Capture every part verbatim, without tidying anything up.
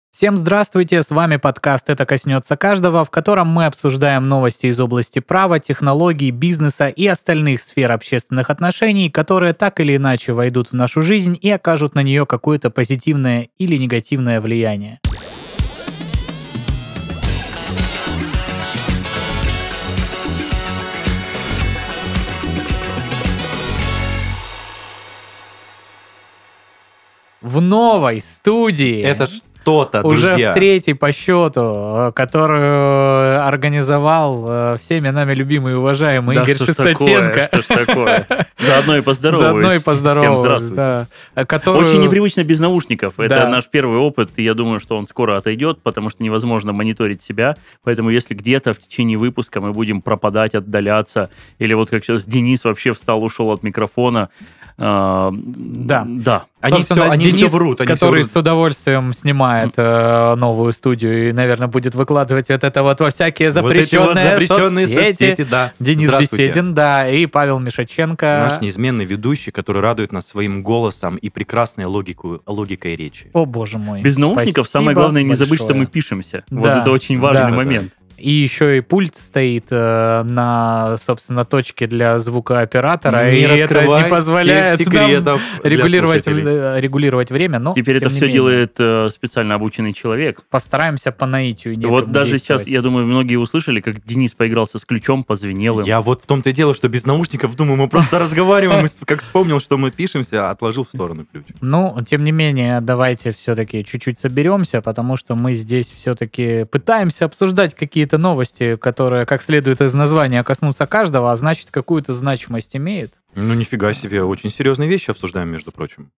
Всем здравствуйте, с вами подкаст «Это коснется каждого», в котором мы обсуждаем новости из области права, технологий, бизнеса и остальных сфер общественных отношений, которые так или иначе войдут в нашу жизнь и окажут на нее какое-то позитивное или негативное влияние. В новой студии. Это что-то, Уже друзья. в третьей по счету, которую организовал всеми нами любимый и уважаемый Да Игорь что ж Шестаченко. такое, что ж такое. Заодно и поздороваюсь. Заодно и поздороваюсь, Всем здравствуйте. да. Которую... Очень непривычно без наушников. Это Да. наш первый опыт, и я думаю, что он скоро отойдет, потому что невозможно мониторить себя. Поэтому если где-то в течение выпуска мы будем пропадать, отдаляться, или вот как сейчас Денис вообще встал, ушел от микрофона. э, Да. Да. Они Собственно, все, они Денис, все врут. Они который все с удовольствием снимает э, новую студию и, наверное, будет выкладывать вот это вот во всякие запрещенные, вот запрещенные соцсети. соцсети, да. Денис Здравствуйте. Беседин, да, и Павел Мишаченко. Наш неизменный ведущий, который радует нас своим голосом и прекрасной логику, логикой речи. О, боже мой. Без наушников Спасибо самое главное не забыть, что большое. мы пишемся. Вот Да, это очень важный да. момент. И еще и пульт стоит э, на, собственно, точке для звукооператора, Не и это раскрывай не позволяет всех нам секретов для регулировать, слушателей. э, регулировать время, но Теперь тем это не все менее, делает э, специально обученный человек. постараемся по наитию некому Вот даже действовать. сейчас, я думаю, многие услышали, как Денис поигрался с ключом, позвенел им. Я вот в том-то и дело, что без наушников, думаю, мы просто разговариваем, и как вспомнил, что мы пишемся, отложил в сторону ключ. Ну, тем не менее, давайте все-таки чуть-чуть соберемся, потому что мы здесь все-таки пытаемся обсуждать какие-то новости, которые, как следует из названия, коснутся каждого, а значит, какую-то значимость имеют. Ну, нифига себе, очень серьезные вещи обсуждаем, между прочим.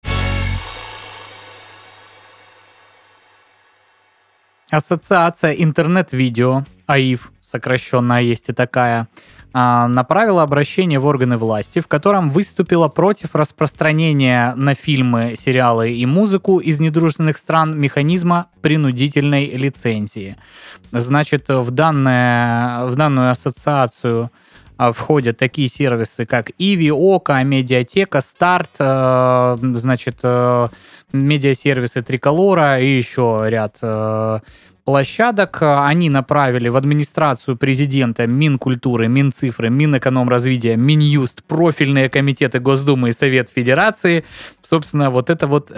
Ассоциация интернет-видео, АИФ, сокращенно есть и такая, а, направила обращение в органы власти, в котором выступила против распространения на фильмы, сериалы и музыку из недружественных стран механизма принудительной лицензии. Значит, в, данное, в данную ассоциацию а, входят такие сервисы, как Иви, Ока, Медиатека, Старт, э, значит, э, медиасервисы Триколора и еще ряд э, площадок. Они направили в администрацию президента, Минкультуры, Минцифры, Минэкономразвития, Минюст, профильные комитеты Госдумы и Совет Федерации, собственно, вот это вот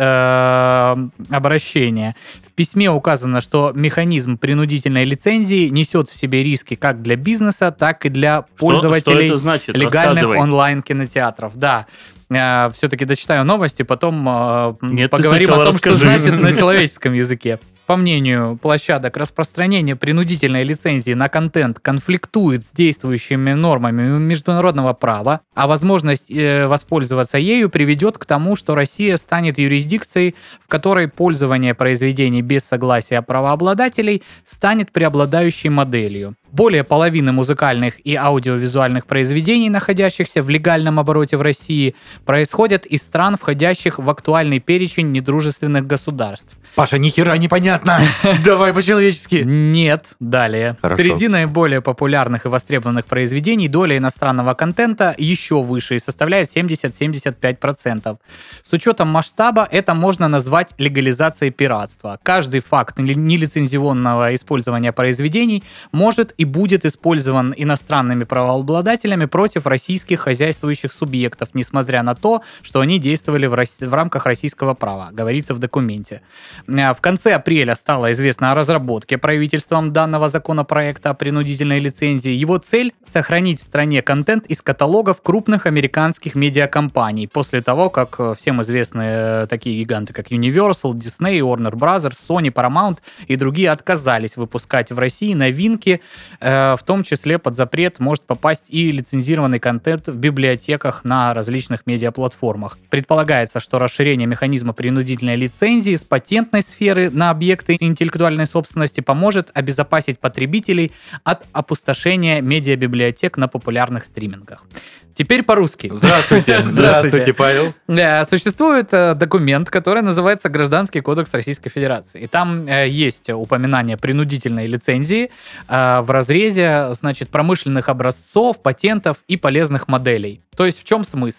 э, обращение. В письме указано, что механизм принудительной лицензии несет в себе риски как для бизнеса, так и для Что- пользователей что это значит? легальных Рассказывай. онлайн-кинотеатров. Да. Э, Все-таки дочитаю новости, потом э, Нет, ты поговорим о сначала том, что расскажи. значит на человеческом языке. По мнению площадок, распространение принудительной лицензии на контент конфликтует с действующими нормами международного права, а возможность э, воспользоваться ею приведет к тому, что Россия станет юрисдикцией, в которой пользование произведений без согласия правообладателей станет преобладающей моделью. Более половины музыкальных и аудиовизуальных произведений, находящихся в легальном обороте в России, происходят из стран, входящих в актуальный перечень недружественных государств. Паша, ни хера непонятно. Давай по-человечески. Нет. Далее. Хорошо. Среди наиболее популярных и востребованных произведений доля иностранного контента еще выше и составляет семьдесят-семьдесят пять процентов. С учетом масштаба это можно назвать легализацией пиратства. Каждый факт нелицензионного использования произведений может и будет использован иностранными правообладателями против российских хозяйствующих субъектов, несмотря на то, что они действовали в, Рос... в рамках российского права, говорится в документе. В конце апреля стало известно о разработке правительством данного законопроекта о принудительной лицензии. Его цель — сохранить в стране контент из каталогов крупных американских медиакомпаний после того, как всем известные такие гиганты, как Universal, Disney, Warner Bros., Sony, Paramount и другие отказались выпускать в России новинки, в том числе под запрет может попасть и лицензированный контент в библиотеках на различных медиаплатформах. Предполагается, что расширение механизма принудительной лицензии с патентной сферы на объекты интеллектуальной собственности поможет обезопасить потребителей от опустошения медиабиблиотек на популярных стримингах. Теперь по-русски. Здравствуйте. Здравствуйте, Павел. Э, Существует э, документ, который называется Гражданский кодекс Российской Федерации. И там э, есть упоминание принудительной лицензии э, в разрезе, значит, промышленных образцов, патентов и полезных моделей. То есть в чем смысл?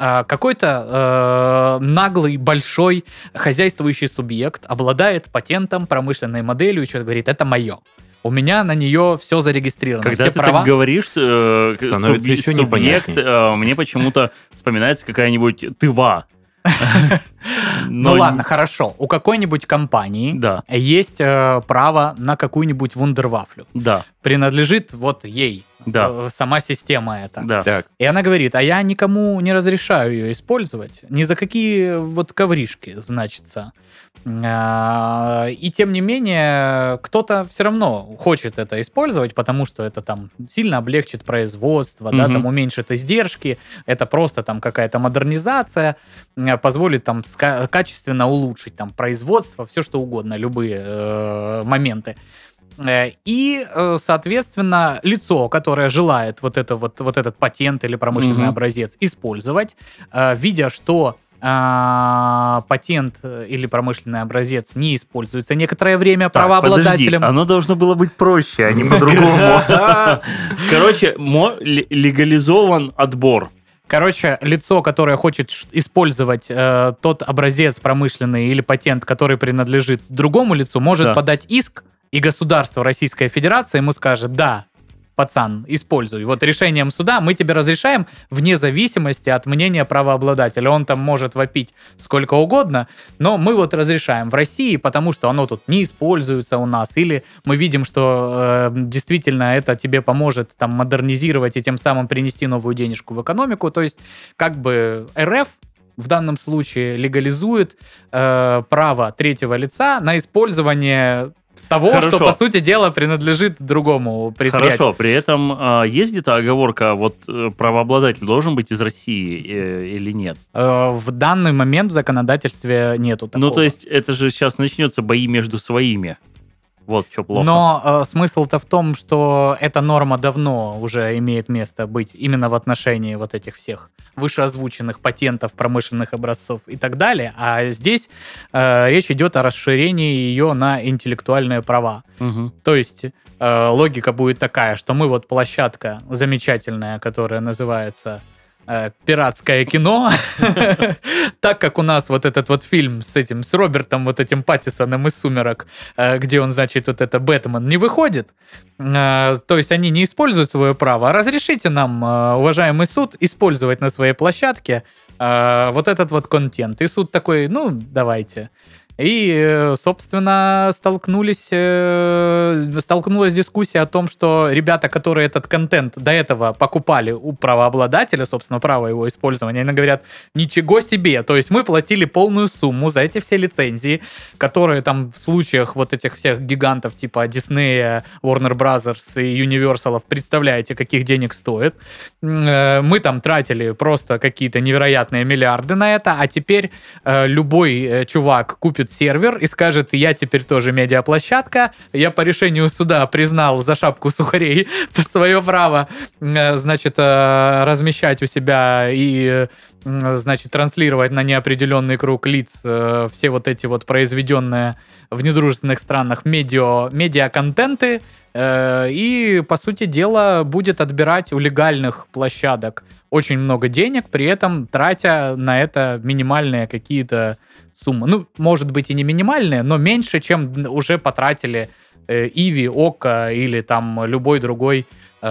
А, Какой-то э, наглый, большой хозяйствующий субъект обладает патентом, промышленной моделью и что-то говорит, это мое. У меня на нее все зарегистрировано. Когда все ты права. так говоришь, э, Становится субъ- еще субъект, непонятней. э, мне почему-то вспоминается какая-нибудь тыва. Ну Но- ладно, хорошо. У какой-нибудь компании Да, есть э, право на какую-нибудь вундервафлю. да, Принадлежит вот ей да, э, сама система эта. да. Так, И она говорит, а я никому не разрешаю ее использовать. Ни за какие вот ковришки, значится. А, И тем не менее, кто-то все равно хочет это использовать, потому что это там сильно облегчит производство, да, Мгм. там уменьшит издержки, это просто там какая-то модернизация, э, позволит там ска- качественно улучшить там производство, все что угодно, любые э, моменты. Э, И, э, соответственно, лицо, которое желает вот, это, вот, вот этот патент или промышленный Мгм. образец использовать, э, видя, что а, патент э, или промышленный образец не используется некоторое время Так, подожди, правообладателем. оно должно было быть проще, а не по-другому. Короче, мо- ле- легализован отбор. Короче, лицо, которое хочет ш- использовать э, тот образец промышленный или патент, который принадлежит другому лицу, может Да. подать иск, и государство Российская Федерация ему скажет, да, пацан, используй. Вот решением суда мы тебе разрешаем вне зависимости от мнения правообладателя. Он там может вопить сколько угодно, но мы вот разрешаем в России, потому что оно тут не используется у нас, или мы видим, что э, действительно это тебе поможет там модернизировать и тем самым принести новую денежку в экономику. То есть как бы РФ в данном случае легализует э, право третьего лица на использование того, Хорошо. что, по сути дела, принадлежит другому предприятию. Хорошо, при этом а, есть где-то оговорка, вот э, правообладатель должен быть из России э, или нет? Э, В данный момент в законодательстве нету такого. Ну, то есть это же сейчас начнется бои между своими. Вот что плохо. Но э, смысл-то в том, что эта норма давно уже имеет место быть именно в отношении вот этих всех вышеозвученных патентов, промышленных образцов и так далее. А здесь э, речь идет о расширении ее на интеллектуальные права. Мгм. То есть э, логика будет такая, что мы вот площадка замечательная, которая называется э, «Пиратское кино», так как у нас вот этот вот фильм с этим, с Робертом вот этим Паттисоном из «Сумерок», э, где он, значит, вот это Бэтмен, не выходит, э, то есть они не используют свое право, а разрешите нам, э, уважаемый суд, использовать на своей площадке э, вот этот вот контент. И суд такой, ну, давайте. И, э, собственно, столкнулись, э, столкнулась дискуссия о том, что ребята, которые этот контент до этого покупали у правообладателя, собственно, право его использования, они говорят, ничего себе, то есть мы платили полную сумму за эти все лицензии, которые там в случаях вот этих всех гигантов типа Disney, Warner Brothers и Universal, представляете, каких денег стоит. М, э, Мы там тратили просто какие-то невероятные миллиарды на это, а теперь э, любой э, чувак купит сервер и скажет, я теперь тоже медиаплощадка, я по решению суда признал за шапку сухарей свое право, э, значит, э, размещать у себя и, э, значит, транслировать на неопределенный круг лиц э, все вот эти вот произведенные в недружественных странах медиа, медиа-контенты, э, и, по сути дела, будет отбирать у легальных площадок очень много денег, при этом тратя на это минимальные какие-то суммы. Ну, может быть, и не минимальные, но меньше, чем уже потратили э, Иви, Ока или там любой другой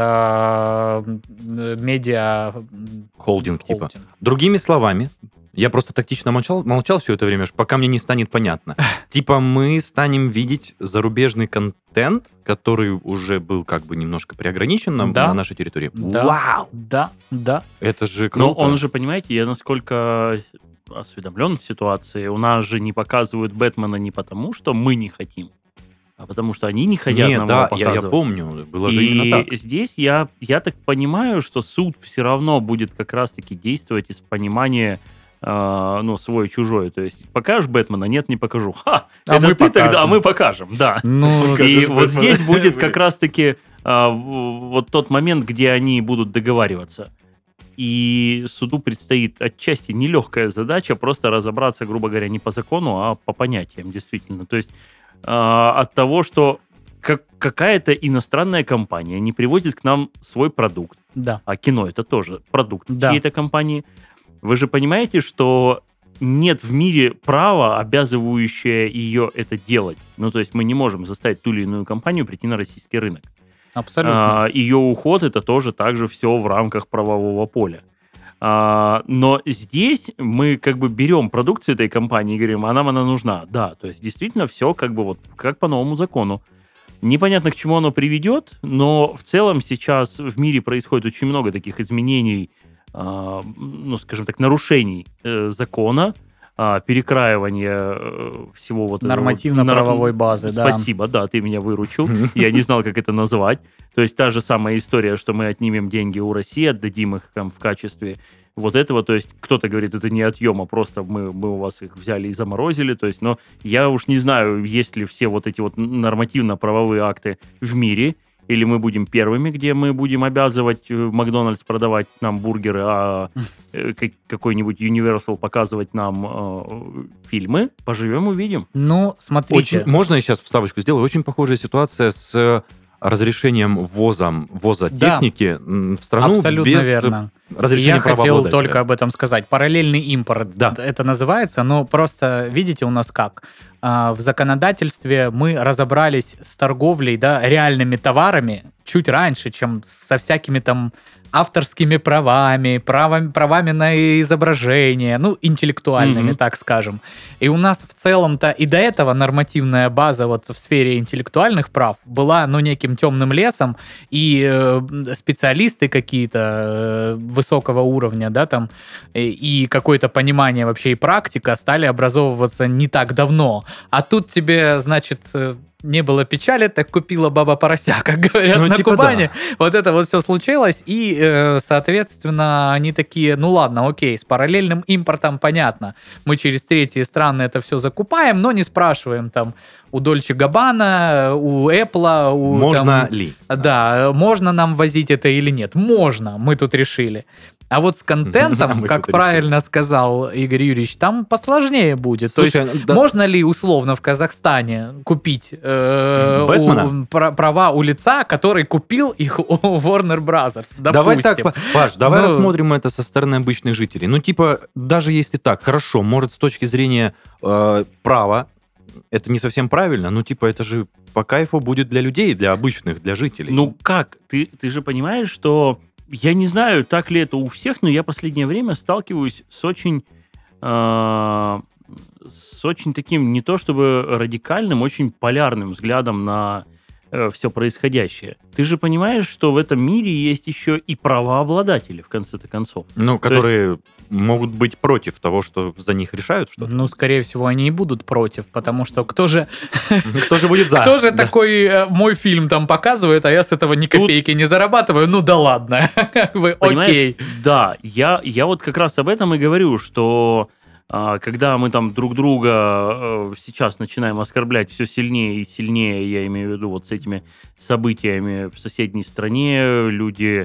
э, медиа Холдинг, типа. холдинг. Другими словами, я просто тактично молчал, молчал все это время, пока мне не станет понятно. Типа мы станем видеть зарубежный контент, который уже был как бы немножко преограничен на, Да. на нашей территории. Да. Вау! Да, да. Это же Но круто. он же, понимаете, я насколько осведомлен в ситуации, у нас же не показывают Бэтмена не потому, что мы не хотим, а потому что они не хотят Нет, нам да, его я, показывать. я помню, было же И именно так. здесь я, я так понимаю, что суд все равно будет как раз-таки действовать из понимания э, ну, свой-чужой. То есть покажешь Бэтмена? Нет, не покажу. Ха! А это мы ты тогда, а покажем. мы покажем, да. Ну, И Покажешь вот Бэтмена. здесь будет как раз-таки а, в- вот тот момент, где они будут договариваться. И суду предстоит отчасти нелегкая задача просто разобраться, грубо говоря, не по закону, а по понятиям, действительно. То есть а, от того, что как, какая-то иностранная компания не привозит к нам свой продукт, да. а кино это тоже продукт Да. чьей-то компании, Вы же понимаете, что нет в мире права, обязывающее ее это делать. Ну, то есть мы не можем заставить ту или иную компанию прийти на российский рынок. Абсолютно. А, ее уход — это тоже также все в рамках правового поля. А, но здесь мы как бы берем продукцию этой компании и говорим, а нам она нужна. Да, то есть действительно все как бы вот как по новому закону. Непонятно, к чему оно приведет, но в целом сейчас в мире происходит очень много таких изменений, э, ну, скажем так, нарушений э, закона, э, перекраивания э, всего вот этого. Нормативно-правовой базы, да. Спасибо, да, ты меня выручил. Я не знал, как это назвать. То есть та же самая история, что мы отнимем деньги у России, отдадим их там в качестве вот этого, то есть кто-то говорит, это не отъем, а просто мы, мы у вас их взяли и заморозили, то есть, но я уж не знаю, есть ли все вот эти вот нормативно-правовые акты в мире, или мы будем первыми, где мы будем обязывать Макдональдс продавать нам бургеры, а какой-нибудь Universal показывать нам э, фильмы. Поживем, увидим. Ну, смотрите. Очень, можно я сейчас вставочку сделаю? Очень похожая ситуация с разрешением ввоза, ввоза да. техники в страну абсолютно без верно. разрешения Я хотел правообладателя. только об этом сказать. Параллельный импорт, да. это называется, но просто, видите, у нас как? В законодательстве мы разобрались с торговлей, да, реальными товарами чуть раньше, чем со всякими там авторскими правами, правами, правами на изображение, ну, интеллектуальными, mm-hmm. так скажем. И у нас в целом-то и до этого нормативная база вот в сфере интеллектуальных прав была, ну, неким темным лесом, и э, специалисты какие-то э, высокого уровня, да, там, и, и какое-то понимание вообще и практика стали образовываться не так давно. А тут тебе, значит... не было печали, так купила баба порося, как говорят ну, на типа Кубани. Да. Вот это вот все случилось, и, э, соответственно, они такие, ну ладно, окей, с параллельным импортом понятно. Мы через третьи страны это все закупаем, но не спрашиваем там у Дольче Габбана, у Apple, у... Можно там, ли? Да, можно нам возить это или нет? Можно, мы тут решили. А вот с контентом, как правильно решили. сказал Игорь Юрьевич, там посложнее будет. Слушай, То есть да... можно ли условно в Казахстане купить э, у, про, права у лица, который купил их у Warner Brothers? Допустим. Давай так, Паш, давай ну... рассмотрим это со стороны обычных жителей. Ну, типа, даже если так, хорошо, может, с точки зрения э, права, это не совсем правильно, но типа это же по кайфу будет для людей, для обычных, для жителей. Ну как? Ты, ты же понимаешь, что... Я не знаю, так ли это у всех, но я последнее время сталкиваюсь с очень, э, с очень таким, не то чтобы радикальным, очень полярным взглядом на э, все происходящее. Ты же понимаешь, что в этом мире есть еще и правообладатели, в конце-то концов. Ну, которые есть... могут быть против того, что за них решают что-то. Ну, скорее всего, они и будут против, потому что кто же... Кто же будет за? Кто же такой мой фильм там показывает, а я с этого ни копейки не зарабатываю? Ну да ладно. Окей. Да, я вот как раз об этом и говорю, что когда мы там друг друга сейчас начинаем оскорблять все сильнее и сильнее, я имею в виду вот с этими событиями в соседней стране, люди...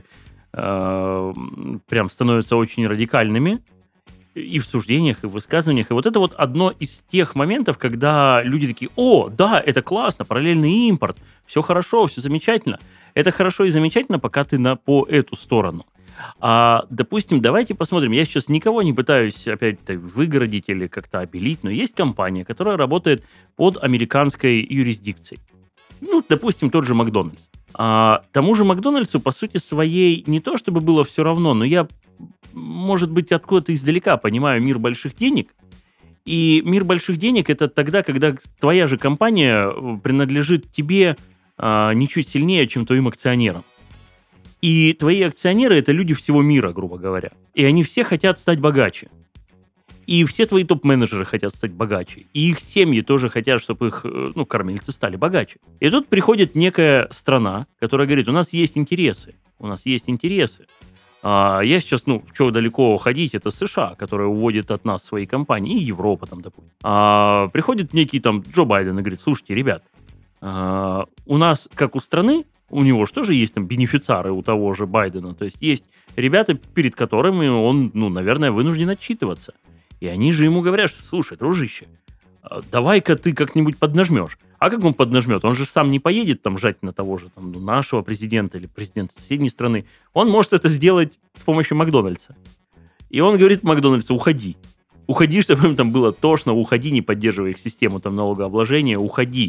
прям становятся очень радикальными и в суждениях, и в высказываниях. И вот это вот одно из тех моментов, когда люди такие, о, да, это классно, параллельный импорт, все хорошо, все замечательно. Это хорошо и замечательно, пока ты на, по эту сторону. А, допустим, давайте посмотрим. Я сейчас никого не пытаюсь опять выгородить или как-то обелить, но есть компания, которая работает под американской юрисдикцией. Ну, допустим, тот же Макдональдс. А, тому же Макдональдсу, по сути своей, не то чтобы было все равно, но я, может быть, откуда-то издалека понимаю мир больших денег. И мир больших денег — это тогда, когда твоя же компания принадлежит тебе а, ничуть сильнее, чем твоим акционерам. И твои акционеры — это люди всего мира, грубо говоря. И они все хотят стать богаче. И все твои топ-менеджеры хотят стать богаче. И их семьи тоже хотят, чтобы их, ну, кормильцы стали богаче. И тут приходит некая страна, которая говорит, у нас есть интересы. У нас есть интересы. А я сейчас, ну, что далеко уходить, это США, которая уводит от нас свои компании, и Европа там, допустим. А приходит некий там Джо Байден и говорит, слушайте, ребят, а, у нас, как у страны, у него же тоже есть там бенефициары у того же Байдена. То есть есть ребята, перед которыми он, ну, наверное, вынужден отчитываться. И они же ему говорят, что, слушай, дружище, давай-ка ты как-нибудь поднажмешь. А как он поднажмет? Он же сам не поедет там жать на того же там, нашего президента или президента соседней страны. Он может это сделать с помощью Макдональдса. И он говорит Макдональдсу: уходи. Уходи, чтобы им там было тошно, уходи, не поддерживая их систему там налогообложения, уходи.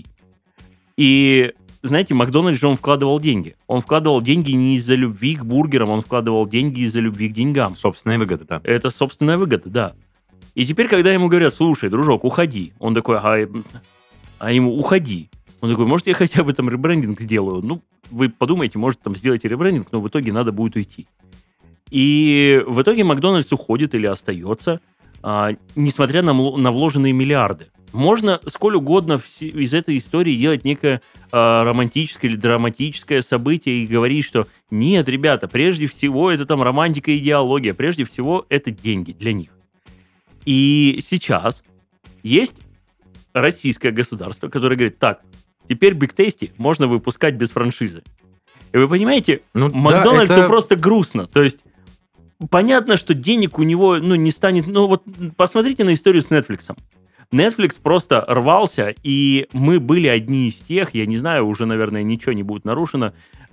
И, знаете, Макдональдс же он вкладывал деньги. Он вкладывал деньги не из-за любви к бургерам, он вкладывал деньги из-за любви к деньгам. Собственная выгода, да. Это собственная выгода, да. И теперь, когда ему говорят: слушай, дружок, уходи, он такой: а, а ему уходи. Он такой: может, я хотя бы там ребрендинг сделаю? Ну, вы подумайте, может, там сделайте ребрендинг, но в итоге надо будет уйти. И в итоге Макдональдс уходит или остается, а, несмотря на, на вложенные миллиарды. Можно сколь угодно из этой истории делать некое а, романтическое или драматическое событие и говорить, что нет, ребята, прежде всего это там романтика и идеология, прежде всего это деньги для них. И сейчас есть российское государство, которое говорит: так, теперь Big Tasty можно выпускать без франшизы. И вы понимаете, ну, Макдональдсу да, это... просто грустно. То есть понятно, что денег у него ну, не станет... Ну вот посмотрите на историю с Netflix. Netflix просто рвался, и мы были одни из тех, я не знаю, уже, наверное, ничего не будет нарушено,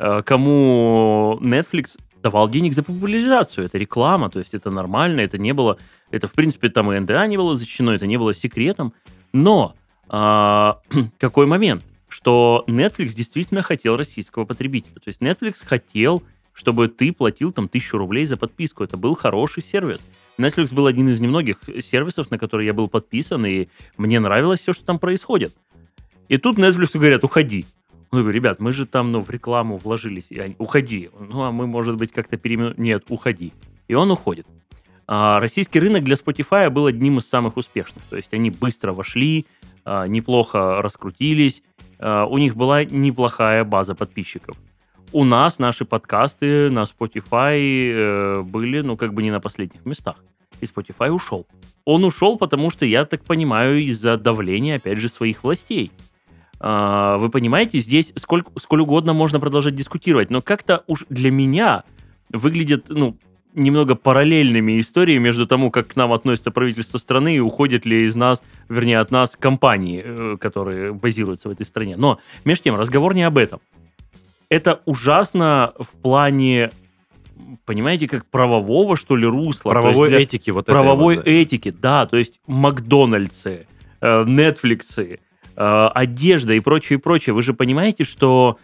кому Netflix давал денег за популяризацию. Это реклама, то есть это нормально, это не было... Это, в принципе, там и эн дэ а не было защищено, это не было секретом. Но а, какой момент? Что Netflix действительно хотел российского потребителя. То есть Netflix хотел, чтобы ты платил там тысячу рублей за подписку. Это был хороший сервис. Netflix был один из немногих сервисов, на которые я был подписан, и мне нравилось все, что там происходит. И тут Netflix говорят: уходи. Он говорит: ребят, мы же там ну, в рекламу вложились. И они: уходи. Ну, а мы, может быть, как-то переименуем. Нет, уходи. И он уходит. А российский рынок для Spotify был одним из самых успешных. То есть они быстро вошли, а, неплохо раскрутились. А, у них была неплохая база подписчиков. У нас наши подкасты на Spotify э, были, ну, как бы не на последних местах. И Spotify ушел. Он ушел, потому что, я так понимаю, из-за давления, опять же, своих властей. А, вы понимаете, здесь сколь, сколь угодно можно продолжать дискутировать, но как-то уж для меня выглядит, ну, немного параллельными истории между тому, как к нам относится правительство страны и уходят ли из нас, вернее, от нас компании, которые базируются в этой стране. Но, между тем, разговор не об этом. Это ужасно в плане, понимаете, как правового, что ли, русла. Правовой для... этики. Вот правовой вот, да. этики, да. То есть Макдональдсы, Netflixы, одежда и прочее, и прочее. Вы же понимаете, что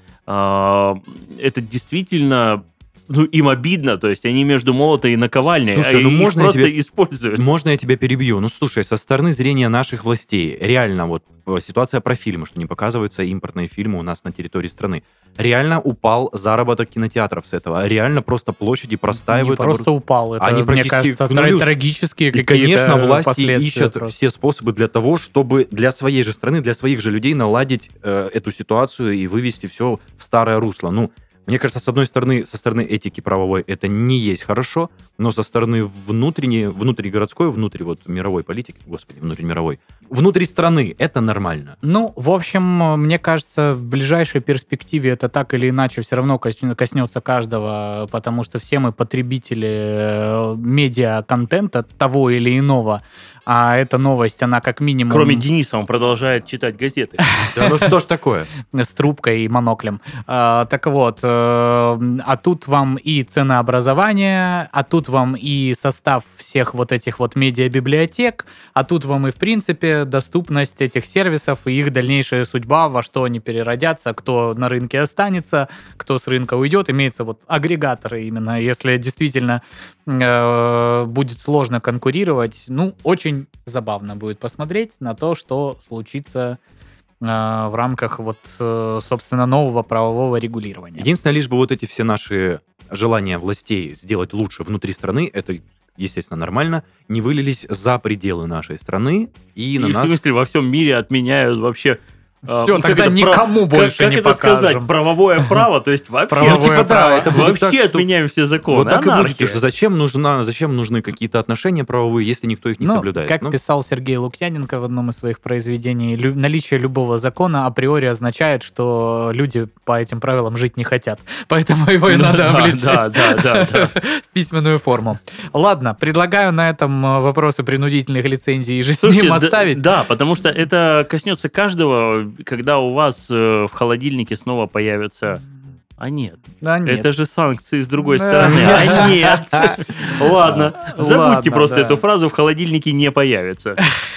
это действительно... Ну, им обидно, то есть они между молотой и наковальней, слушай, а ну их можно просто тебя... используют. Можно я тебя перебью? Ну, слушай, со стороны зрения наших властей, реально вот ситуация про фильмы, что не показываются импортные фильмы у нас на территории страны. Реально упал заработок кинотеатров с этого. Реально просто площади простаивают. Не просто упал, это, Они мне кажется, нулю... трагические и, какие-то конечно, власти ищут просто. все способы для того, чтобы для своей же страны, для своих же людей наладить э, эту ситуацию и вывести все в старое русло. Ну, мне кажется, с одной стороны, со стороны этики правовой это не есть хорошо, но со стороны внутренней, внутригородской, внутри вот мировой политики, господи, внутримировой, внутри страны это нормально. Ну, в общем, мне кажется, в ближайшей перспективе это так или иначе все равно коснется каждого, потому что все мы потребители медиа-контента того или иного, а эта новость, она как минимум... Кроме Дениса, он продолжает читать газеты. Да ну что ж такое? С трубкой и моноклем. Так вот, а тут вам и ценообразование, а тут вам и состав всех вот этих вот медиабиблиотек, а тут вам и, в принципе, доступность этих сервисов и их дальнейшая судьба, во что они переродятся, кто на рынке останется, кто с рынка уйдет. Имеется вот агрегаторы именно. Если действительно э, будет сложно конкурировать, ну, очень забавно будет посмотреть на то, что случится э, в рамках вот, э, собственно, нового правового регулирования. Единственное, лишь бы вот эти все наши желания властей сделать лучше внутри страны, это, естественно, нормально, не вылились за пределы нашей страны и, И на в нас... смысле во всем мире отменяют вообще... Все, а, тогда это, никому прав... больше как, не как это покажем. сказать? Правовое право, то есть вообще, Правовое типа, право. да, Это будет вообще так, что- отменяем все законы. Вот так и будет, Анархия. потому что зачем, нужна, зачем нужны какие-то отношения правовые, если никто их не Ну, соблюдает? как Ну, писал Сергей Лукьяненко в одном из своих произведений, лю- наличие любого закона априори означает, что люди по этим правилам жить не хотят. Поэтому его и Ну надо да, обличать да, да, да, да. в письменную форму. Ладно, предлагаю на этом э, вопросы принудительных лицензий и же с Слушайте, ним да- оставить. Да, потому что это коснется каждого, когда у вас э, в холодильнике снова появятся А нет. А нет. Это же санкции с другой Да. стороны. А нет. Ладно. Забудьте Ладно, просто да. эту фразу, в холодильнике не появится.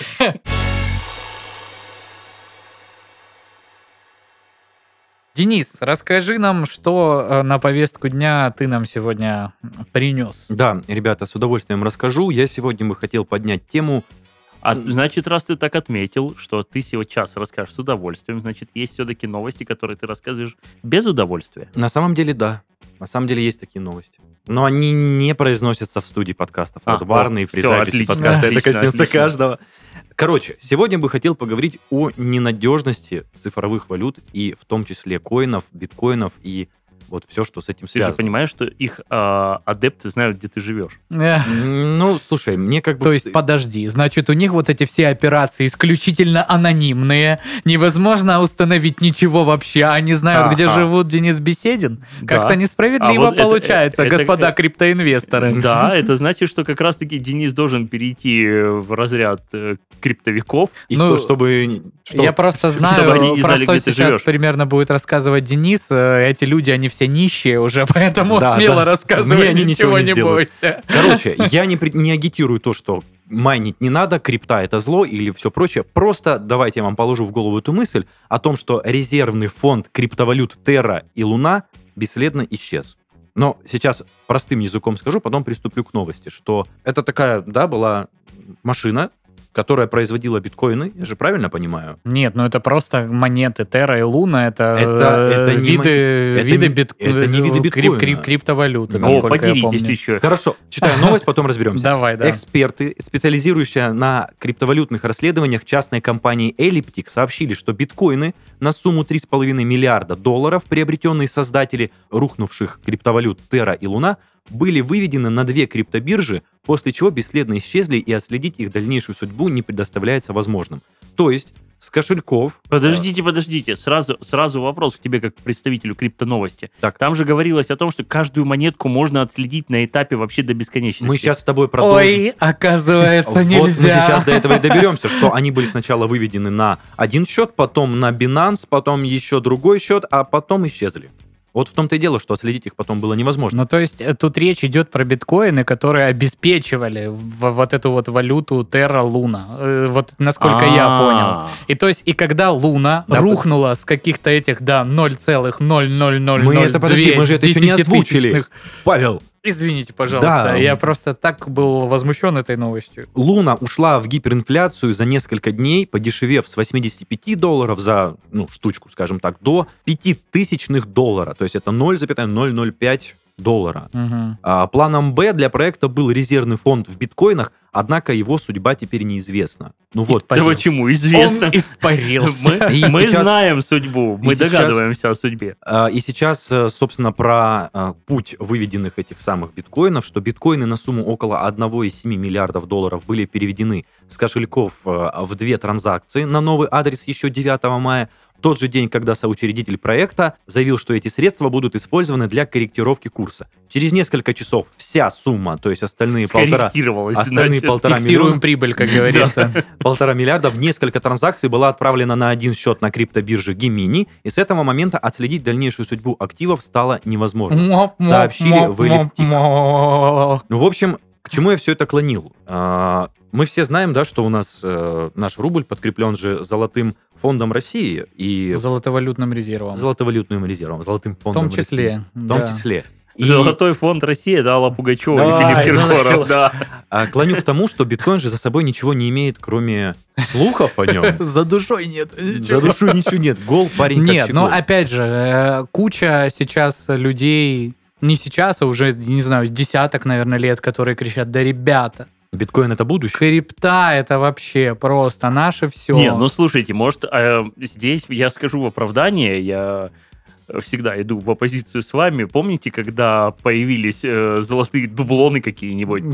Денис, расскажи нам, что э, на повестку дня ты нам сегодня принес. Да, ребята, с удовольствием расскажу. Я сегодня бы хотел поднять тему. А значит, раз ты так отметил, что ты сейчас расскажешь с удовольствием, значит, есть все-таки новости, которые ты рассказываешь без удовольствия. На самом деле, да. На самом деле есть такие новости. Но они не произносятся в студии подкастов. А, Вот Барный о, при всё, записи отлично, подкаста. Это отлично, коснется отлично. каждого. Короче, сегодня бы хотел поговорить о ненадежности цифровых валют и в том числе коинов, биткоинов и вот все, что с этим Ты же связано. понимаешь, что их а, адепты знают, где ты живешь. Эх, Ну, слушай, мне как бы... То есть, подожди, значит, у них вот эти все операции исключительно анонимные, невозможно установить ничего вообще, они знают, А, где а. живут Денис Беседин? Да. Как-то несправедливо А вот это- получается, это- господа это- криптоинвесторы. Да, это значит, что как раз-таки Денис должен перейти в разряд э, криптовиков. И Ну, что, чтобы... что? Я просто Чтобы они знаю, не про знали, что где ты сейчас живешь. примерно будет рассказывать Денис. Э, Эти люди, они все нищие уже, поэтому Да, смело да. рассказывай, Мне они ничего ничего не не сделают. бойся. Короче, я не, при- не агитирую то, что майнить не надо, крипта это зло или все прочее. Просто давайте я вам положу в голову эту мысль о том, что резервный фонд криптовалют Terra и Луна бесследно исчез. Но сейчас простым языком скажу, потом приступлю к новости, что это такая, да, была машина, которая производила биткоины, я же правильно понимаю? Нет, ну это просто монеты Terra и Луна, это, Это- э, это не виды, мон- это виды не- бит- это не виды крип- биткоина. крип- криптовалюты, О, О, насколько я поделитесь помню. еще. Хорошо, читаю новость, потом разберемся. Давай, да. Эксперты, специализирующие на криптовалютных расследованиях частной компании Elliptic, сообщили, что биткоины на сумму три с половиной миллиарда долларов, приобретенные создатели рухнувших криптовалют Terra и Луна, были выведены на две криптобиржи, после чего бесследно исчезли, и отследить их дальнейшую судьбу не предоставляется возможным. То есть с кошельков... Подождите, подождите. Сразу, сразу вопрос к тебе, как к представителю криптоновости. Так. Там же говорилось о том, что каждую монетку можно отследить на этапе вообще до бесконечности. Мы сейчас с тобой продолжим. Ой, оказывается, Вот нельзя. мы сейчас до этого и доберемся, что они были сначала выведены на один счет, потом на Binance, потом еще другой счет, а потом исчезли. Вот в том-то и дело, что отследить их потом было невозможно. Ну, то есть э, тут речь идет про биткоины, которые обеспечивали в- вот эту вот валюту Terra Luna. Э, Вот насколько я понял. А, И то есть, и когда Луна Да, рухнула с каких-то этих, да, ноль целых ноль ноль ноль Мы ноль это, подожди, мы же это еще не озвучили. десятитысячных. Павел, Извините, пожалуйста, Да. я просто так был возмущен этой новостью. Луна ушла в гиперинфляцию за несколько дней, подешевев с восьмидесяти пяти долларов за, ну, штучку, скажем так, до пяти тысячных доллара. То есть это ноль целых ноль ноль пять доллара. Мгм. А, планом Б для проекта был резервный фонд в биткоинах, однако его судьба теперь неизвестна. Ну вот. да Испарился. почему? Известно. Он испарился. Мы, И мы сейчас- знаем судьбу, мы и сейчас- догадываемся о судьбе. А, И сейчас, э, собственно, про э, путь выведенных этих самых биткоинов, что биткоины на сумму около одна целая семь десятых миллиардов долларов были переведены с кошельков э, в две транзакции на новый адрес еще девятого мая. Тот же день, когда соучредитель проекта заявил, что эти средства будут использованы для корректировки курса. Через несколько часов вся сумма, то есть остальные полтора, Скорректировалось, остальные значит. полтора Фиксируем миллиона, прибыль, как говорится. полтора миллиарда в несколько транзакций была отправлена на один счет на криптобирже Gemini, и с этого момента отследить дальнейшую судьбу активов стало невозможно. Сообщили в Elliptic. Ну, в общем, к чему я все это клонил? А, Мы все знаем, да, что у нас э, наш рубль подкреплен же золотым фондом России и Золотовалютным резервом. золотовалютным резервом, золотым В фондом том числе. России. В том да. числе. И, Золотой фонд России, это Алла Пугачева и Давай, Филипп ну Киркоров. началось. Да. а, клоню к тому, что биткоин же за собой ничего не имеет, кроме слухов о нем. За душой нет. За душу ничего нет. Гол, парень, как Нет, ну щегол. опять же, э, куча сейчас людей, не сейчас, а уже, не знаю, десяток, наверное, лет, которые кричат: да, ребята, Биткоин это будущее. крипта это вообще просто наше все. Не, ну слушайте, может, э, здесь я скажу в оправдание, я всегда иду в оппозицию с вами. Помните, когда появились э, золотые дублоны какие-нибудь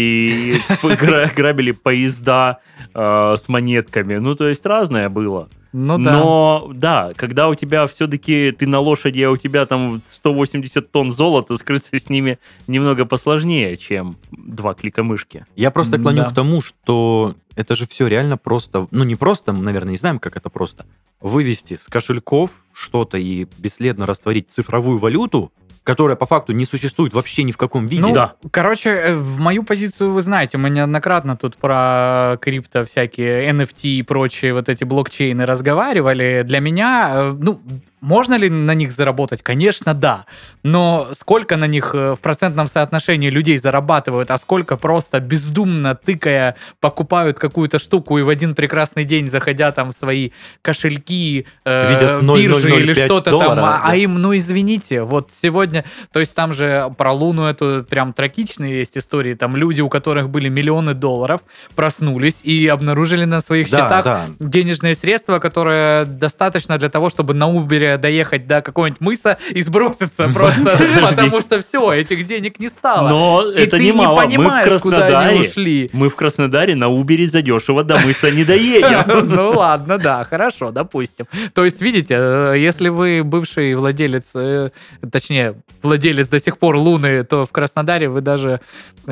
и гра- грабили поезда э, с монетками? Ну, то есть разное было. Ну да. Но, да, когда у тебя все-таки ты на лошади, а у тебя там сто восемьдесят тонн золота, скрыться с ними немного посложнее, чем два клика мышки. Я просто клоню Да. к тому, что это же все реально просто, ну не просто, наверное, не знаем, как это просто, вывести с кошельков что-то и бесследно растворить цифровую валюту, которая по факту не существует вообще ни в каком виде. Ну, Да. короче, э, в мою позицию вы знаете, мы неоднократно тут про крипто всякие эн эф ти и прочие вот эти блокчейны разговаривали. Для меня, э, ну, можно ли на них заработать? Конечно, да. Но сколько на них э, в процентном соотношении людей зарабатывают, а сколько просто бездумно тыкая покупают какую-то штуку и в один прекрасный день, заходя там в свои кошельки, э, Видят ноль биржи ноль ноль или пять что-то там, доллара, а, а да. им, ну извините, вот сегодня, то есть там же про Луну эту прям трагичные есть истории, там люди, у которых были миллионы долларов, проснулись и обнаружили на своих Да, счетах да. денежные средства, которые достаточно для того, чтобы на Убере доехать до какого-нибудь мыса и сброситься просто, потому что все, этих денег не стало. Но И это ты не немало. Мы в понимаешь, куда они Краснодаре, ушли. мы в Краснодаре на Убере задешево до мыса не доедем. Ну ладно, да, хорошо, допустим. То есть, видите, э, если вы бывший владелец, э, точнее, владелец до сих пор Луны, то в Краснодаре вы даже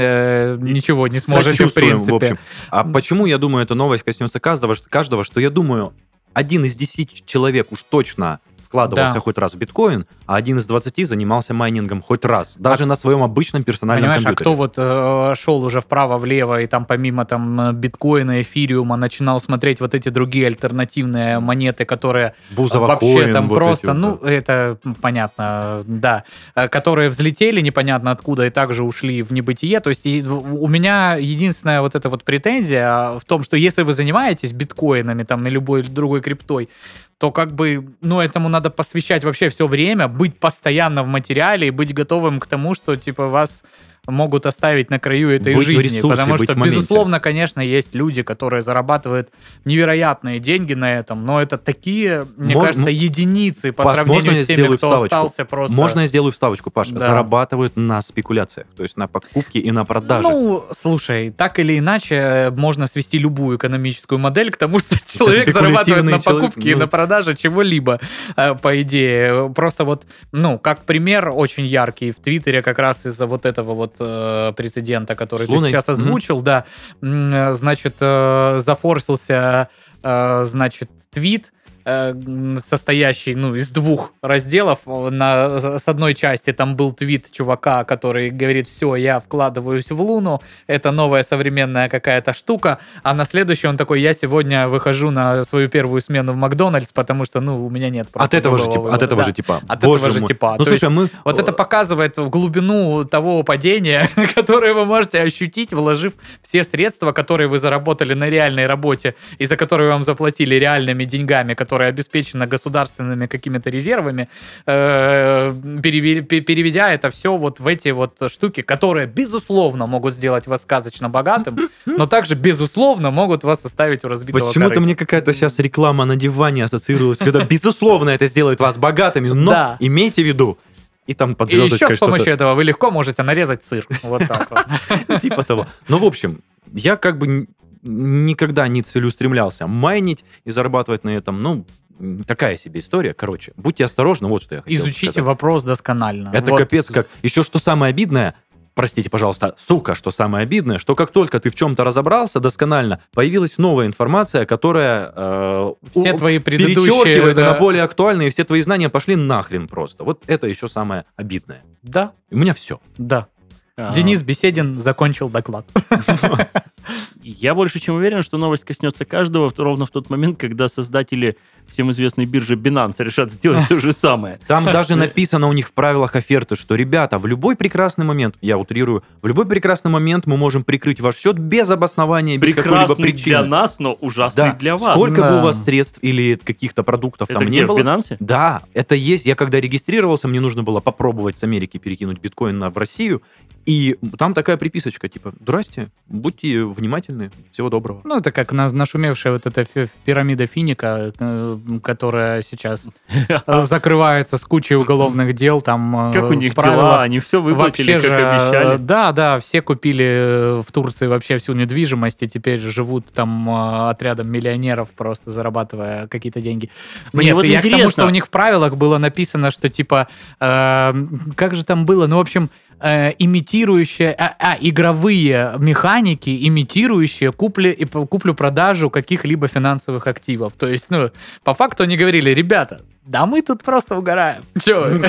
э, ничего не сможете, в Сочувствуем, принципе. в общем. А почему, я думаю, эта новость коснется каждого, что- каждого, что я думаю, один из десяти человек уж точно вкладывался Да. хоть раз в биткоин, а один из двадцати занимался майнингом хоть раз, даже на своем обычном персональном Понимаешь, а компьютере. кто вот э, шел уже вправо-влево и там помимо там э, биткоина, эфириума начинал смотреть вот эти другие альтернативные монеты, которые Бузова вообще коин, там вот просто, эти вот, ну, да. это м, понятно, да, э, которые взлетели непонятно откуда и также ушли в небытие. То есть и в- у меня единственная вот эта вот претензия в том, что если вы занимаетесь биткоинами там и любой другой криптой, то как бы, ну, этому надо посвящать вообще все время, быть постоянно в материале и быть готовым к тому, что, типа, вас могут оставить на краю этой Быть в жизни. ресурсе, Потому быть что, в моменте. безусловно, конечно, есть люди, которые зарабатывают невероятные деньги на этом, но это такие, мне Мож- кажется, м- единицы по Паш, сравнению можно я с теми, сделаю кто вставочку? остался просто... Можно я сделаю вставочку, Паш? Да. Зарабатывают на спекуляциях, то есть на покупке и на продаже. Ну, слушай, так или иначе, э, можно свести любую экономическую модель к тому, что человек зарабатывает на спекулятивный человек, покупке и ну. на продаже чего-либо, э, по идее. Просто вот, ну, как пример очень яркий в Твиттере как раз из-за вот этого вот э, прецедента, который С ты Луной? сейчас Мгм. озвучил, да, М, э, значит, э, зафорсился, э, значит, твит, э, м, состоящий, ну, из двух разделов. На, с одной части там был твит чувака, который говорит: все, я вкладываюсь в Луну, это новая современная какая-то штука, а на следующий он такой: я сегодня выхожу на свою первую смену в Макдональдс, потому что, ну, у меня нет От просто этого же другого типа, от выбора». этого Да. же типа. От Боже этого же мой. типа. Ну, То слушай, мы... Вот это показывает глубину того падения, которое вы можете ощутить, вложив все средства, которые вы заработали на реальной работе и за которые вам заплатили реальными деньгами, которые обеспечены государственными какими-то резервами, э, переве- пе- переведя это все вот в эти вот штуки, которые, безусловно, могут сделать вас сказочно богатым, но также, безусловно, могут вас оставить у разбитого Почему-то корыта. мне какая-то сейчас реклама на диване ассоциировалась, когда, безусловно, это сделает вас богатыми, но Да. имейте в виду, и там под И еще звездочкой с помощью что-то этого вы легко можете нарезать сыр. Вот так вот. типа того. Ну, в общем, я как бы н- никогда не целеустремлялся майнить и зарабатывать на этом. Ну, м, такая себе история. Короче, будьте осторожны, вот что я хотел Изучите сказать. вопрос досконально. Это Вот. капец как. Еще что самое обидное, простите, пожалуйста, сука, что самое обидное, что как только ты в чем-то разобрался досконально, появилась новая информация, которая э, Все у- твои предыдущие... перечеркивает, да. она более актуальна, и все твои знания пошли нахрен просто. Вот это еще самое обидное. Да, У меня все. да. А, Денис Беседин закончил доклад. Я больше чем уверен, что новость коснется каждого в- ровно в тот момент, когда создатели всем известной биржи Binance решат сделать то же самое. Там даже написано у них в правилах оферты, что, ребята, в любой прекрасный момент, я утрирую, в любой прекрасный момент мы можем прикрыть ваш счет без обоснования, без какой-либо Прекрасный причины. для нас, но ужасный Да. для вас. Сколько бы Да. у вас средств или каких-то продуктов Это там где, не в было? Binance? Да, это есть. Я когда регистрировался, мне нужно было попробовать с Америки перекинуть биткоин на- в Россию, и там такая приписочка, типа, здрасте, будьте внимательны замечательные. Всего доброго. Ну, это как на- нашумевшая вот эта фи- пирамида Финика, э, которая сейчас э, закрывается с кучей уголовных дел. Там, э, Как у в них правилах дела? Они все выплатили, вообще как же, э, обещали. Да, да, все купили э, в Турции вообще всю недвижимость, и теперь живут там э, отрядом миллионеров, просто зарабатывая какие-то деньги. Мне Нет, вот я к тому, интересно. что у них в правилах было написано, что типа, э, как же там было, ну, в общем, э, имитирующие, а, а, игровые механики, имитирующие купли, и п- куплю-продажу каких-либо финансовых активов. То есть, ну, по факту они говорили, ребята, да мы тут просто угораем. Чё вы?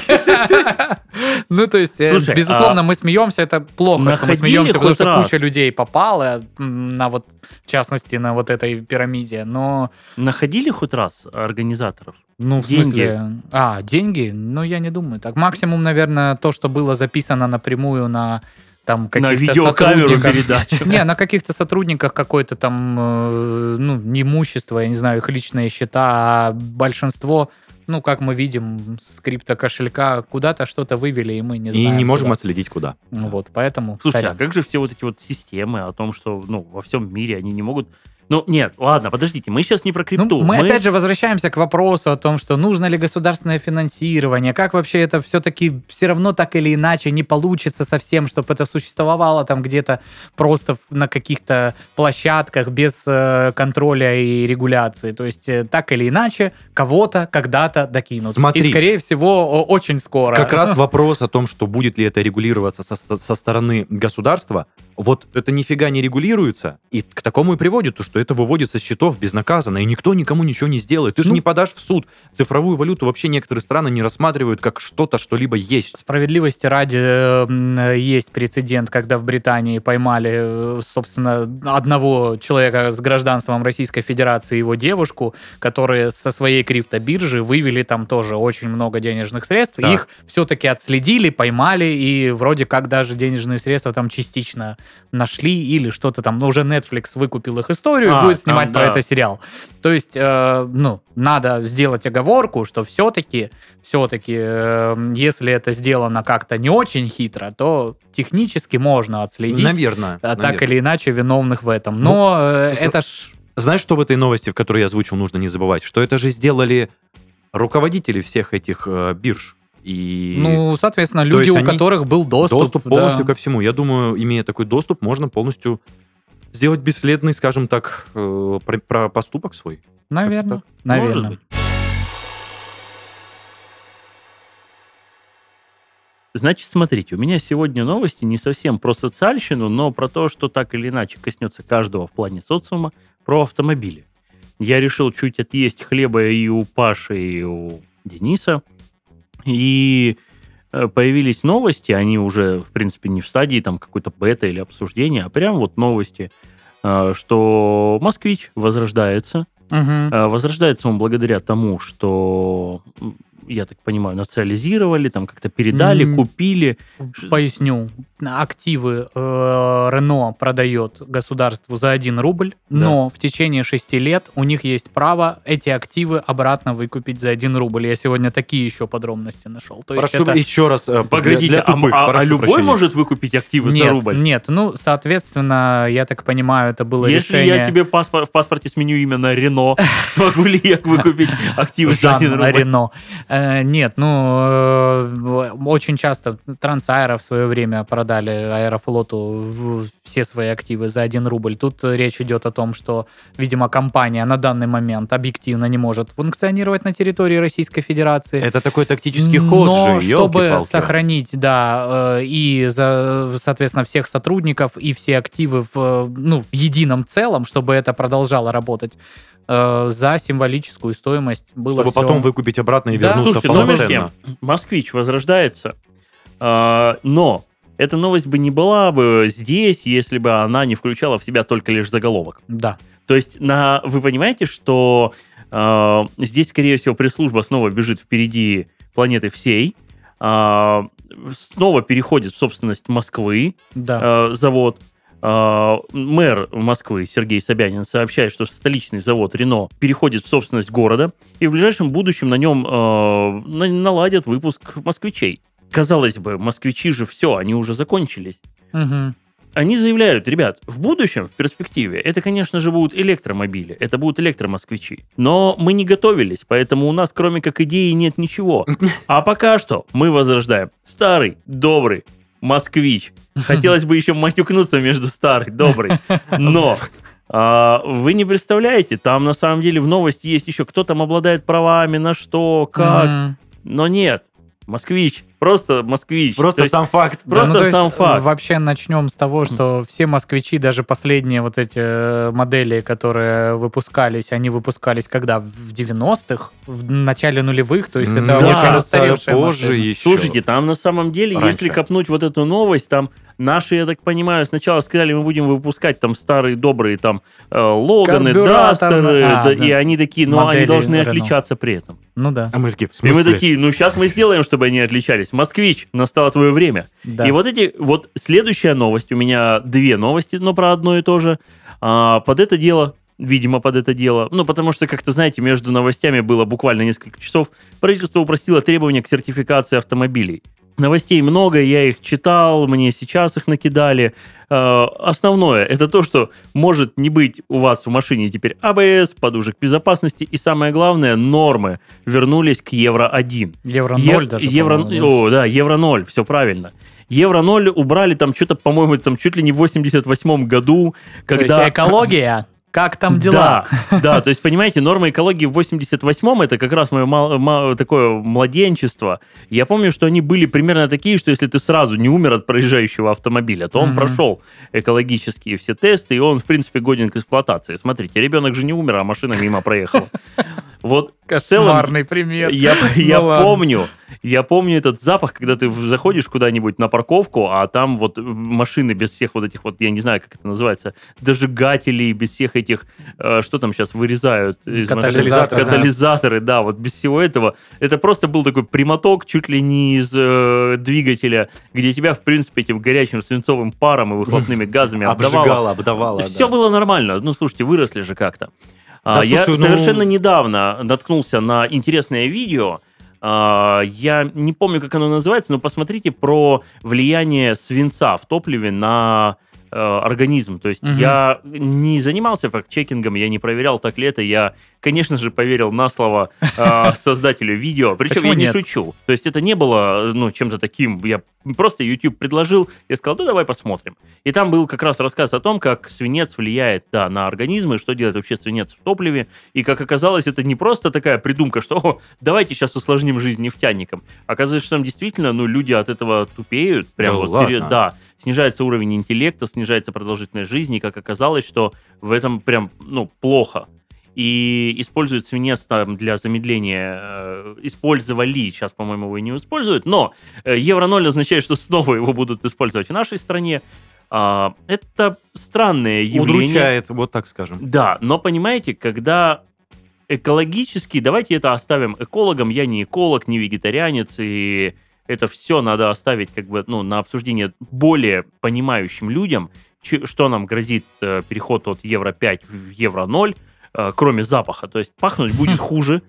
Ну, то есть, э, Слушай, безусловно, а мы смеемся, это плохо, что мы находили смеемся, потому хоть что раз? куча людей попала м, на вот, в частности, на вот этой пирамиде, но, Находили хоть раз организаторов? ну, в Деньги. смысле... А, деньги? Ну, я не думаю так. Максимум, наверное, то, что было записано напрямую на там На каких-то видеокамеру сотрудниках. передачу. Не, на каких-то сотрудниках какое-то там, э, ну, не имущество, я не знаю, их личные счета, а большинство, ну, как мы видим, с криптокошелька куда-то что-то вывели, и мы не И знаем. не можем куда. отследить, куда. Ну, вот, поэтому... Слушайте, а сорян. как же все вот эти вот системы о том, что ну, во всем мире они не могут... Ну, нет, ладно, подождите, мы сейчас не про крипту. Ну, мы, опять же возвращаемся к вопросу о том, что нужно ли государственное финансирование, как вообще это все-таки все равно так или иначе не получится совсем, чтобы это существовало там где-то просто в- на каких-то площадках без э, контроля и регуляции. То есть э, так или иначе кого-то когда-то докинут. Смотри. И, скорее всего, о- очень скоро. Как раз вопрос о том, что будет ли это регулироваться со, со- со стороны государства, вот это нифига не регулируется, и к такому и приводит, то, что это выводится с счетов безнаказанно, и никто никому ничего не сделает. Ты же Ну. не подашь в суд. Цифровую валюту вообще некоторые страны не рассматривают как что-то, что-либо есть. Справедливости ради, э, м, есть прецедент, когда в Британии поймали, э, собственно, одного человека с гражданством Российской Федерации и его девушку, которые со своей криптобиржи вывели там тоже очень много денежных средств. Так. Их все-таки отследили, поймали, и вроде как даже денежные средства там частично нашли или что-то там. Но уже Netflix выкупил их историю А, и будет там, снимать про да. это сериал. То есть, э, ну, надо сделать оговорку, что все-таки, все-таки, э, если это сделано как-то не очень хитро, то технически можно отследить, Наверное. а, так наверное. или иначе, виновных в этом. Но э, что- это ж... Знаешь, что в этой новости, в которой я озвучил, нужно не забывать? Что это же сделали руководители всех этих э, бирж. И Ну, соответственно, То люди, есть у они- которых был доступ. доступ полностью да. ко всему. Я думаю, имея такой доступ, можно полностью сделать бесследный, скажем так, э, про, про поступок свой. Наверное, так. наверное. Может быть. Значит, смотрите, у меня сегодня новости не совсем про социальщину, но про то, что так или иначе коснется каждого в плане социума, про автомобили. Я решил чуть отъесть хлеба и у Паши, и у Дениса. И э, появились новости, они уже, в принципе, не в стадии там какой-то бета или обсуждения, а прям вот новости, э, что «Москвич» возрождается. Мгм. Э, Возрождается он благодаря тому, что, м, я так понимаю, национализировали, там как-то передали, М. купили. Поясню. Активы э, Рено продает государству за один рубль, Да. но в течение шести лет у них есть право эти активы обратно выкупить за один рубль. Я сегодня такие еще подробности нашел. То есть Прошу это... еще раз. э, Погодите, для, для а, тупых, а- а прошу любой прощения. может выкупить активы Нет, за рубль? нет, ну, соответственно, я так понимаю, это было Если решение... я себе паспор- в паспорте сменю имя на Рено, могу ли я выкупить активы за один Жан рубль? Рено. Э, нет, ну, э, очень часто Трансаэро в свое время продали Аэрофлоту в- все свои активы за один рубль. Тут э, речь идет о том, что, видимо, компания на данный момент объективно не может функционировать на территории Российской Федерации. Это такой тактический ход Но же, чтобы ёлки-палки. сохранить, да, э, и, за, соответственно, всех сотрудников и все активы в, э, ну, в едином целом, чтобы это продолжало работать, э, за символическую стоимость было Чтобы всё. потом выкупить обратно и Да. вернуться Слушайте, номер полноценно. тем. «Москвич» возрождается, а, но эта новость бы не была бы здесь, если бы она не включала в себя только лишь заголовок. Да. То есть на, вы понимаете, что э, здесь, скорее всего, пресс-служба снова бежит впереди планеты всей, э, снова переходит в собственность Москвы Да. э, завод. Э, мэр Москвы Сергей Собянин сообщает, что столичный завод Рено переходит в собственность города, и в ближайшем будущем на нем э, на- наладят выпуск москвичей. Казалось бы, москвичи же все, они уже закончились. Мгм. они заявляют, ребят, в будущем, в перспективе, это, конечно же, будут электромобили, это будут электромосквичи. Но мы не готовились, поэтому у нас, кроме как идеи, нет ничего. А пока что мы возрождаем старый, добрый москвич. Хотелось бы еще матюкнуться между старый, добрый. Но а, вы не представляете, там на самом деле в новости есть еще, кто там обладает правами, на что, как. М. Но нет, москвич. Просто москвич. Просто То есть сам факт. Да, Просто ну, то есть, сам факт. Вообще начнем с того, что все москвичи, даже последние вот эти э, модели, которые выпускались, они выпускались когда? В девяностых? В начале нулевых? То есть это Да, очень кажется, устаревшая позже машина. еще. Слушайте, там на самом деле, Раньше. если копнуть вот эту новость, там наши, я так понимаю, сначала сказали, мы будем выпускать там старые добрые там э, Логаны, Карбюраторные, Дастеры, а, да, да. и они такие, ну Модели они должны Renault. отличаться при этом. Ну да. А мы такие, в И мы смысле? такие, ну сейчас мы сделаем, чтобы они отличались. Москвич, настало твое время. да. И вот эти, вот следующая новость, у меня две новости, но про одно и то же. А, под это дело, видимо, под это дело, ну, потому что, как-то, знаете, между новостями было буквально несколько часов, правительство упростило требования к сертификации автомобилей. Новостей много, я их читал, мне сейчас их накидали. Э, Основное, это то, что может не быть у вас в машине теперь а бэ эс, подушек безопасности, и самое главное, нормы вернулись к Евро один. Евро Е- ноль даже, Евро, по-моему, О, да, Евро ноль, все правильно. Евро ноль убрали там что-то, по-моему, там чуть ли не в восемьдесят восьмом году, да? когда... То есть экология, как там дела? Да, да, то есть, понимаете, норма экологии в восемьдесят восьмом это как раз мое такое младенчество. Я помню, что они были примерно такие, что если ты сразу не умер от проезжающего автомобиля, то он Мгм. прошел экологические все тесты, и он, в принципе, годен к эксплуатации. Смотрите, ребенок же не умер, а машина мимо проехала. Вот в целом Кошмарный пример. я, Ну я ладно. помню, я помню этот запах, когда ты в- заходишь куда-нибудь на парковку, а там вот машины без всех вот этих вот, я не знаю, как это называется, дожигателей, без всех этих, э, что там сейчас вырезают из машин? Катализаторы. Катализаторы, да, вот без всего этого. Это просто был такой прямоток чуть ли не из э, двигателя, где тебя, в принципе, этим горячим свинцовым паром и выхлопными газами обдавало. Обжигала, обдавала. Все да. было нормально. Ну, слушайте, выросли же как-то. А, Да, я слушай, ну- совершенно недавно наткнулся на интересное видео. А, я не помню, как оно называется, но посмотрите про влияние свинца в топливе на э, организм. То есть Мгм. я не занимался факт-чекингом, я не проверял, так ли это. Я, конечно же, поверил на слово э, создателю видео. Причем Почему я не нет? шучу. То есть это не было ну, чем-то таким. Я просто YouTube предложил, я сказал, ну давай посмотрим. И там был как раз рассказ о том, как свинец влияет да, на организм, и что делает вообще свинец в топливе. И как оказалось, это не просто такая придумка, что «О, давайте сейчас усложним жизнь нефтяникам». Оказывается, что там действительно ну, люди от этого тупеют. Прям Да вот ладно? серьезно. Да. Снижается уровень интеллекта, снижается продолжительность жизни. И как оказалось, что в этом прям ну, плохо. И используют свинец там для замедления, э, использовали, сейчас, по-моему, его и не используют, но э, Евро ноль означает, что снова его будут использовать в нашей стране. А, это странное явление. Удручает, вот так скажем. Да, но понимаете, когда экологически, давайте это оставим экологам, я не эколог, не вегетарианец, и это все надо оставить как бы ну, на обсуждение более понимающим людям, че- что нам грозит э, переход от Евро пять в Евро ноль, э, кроме запаха. То есть пахнуть будет хуже,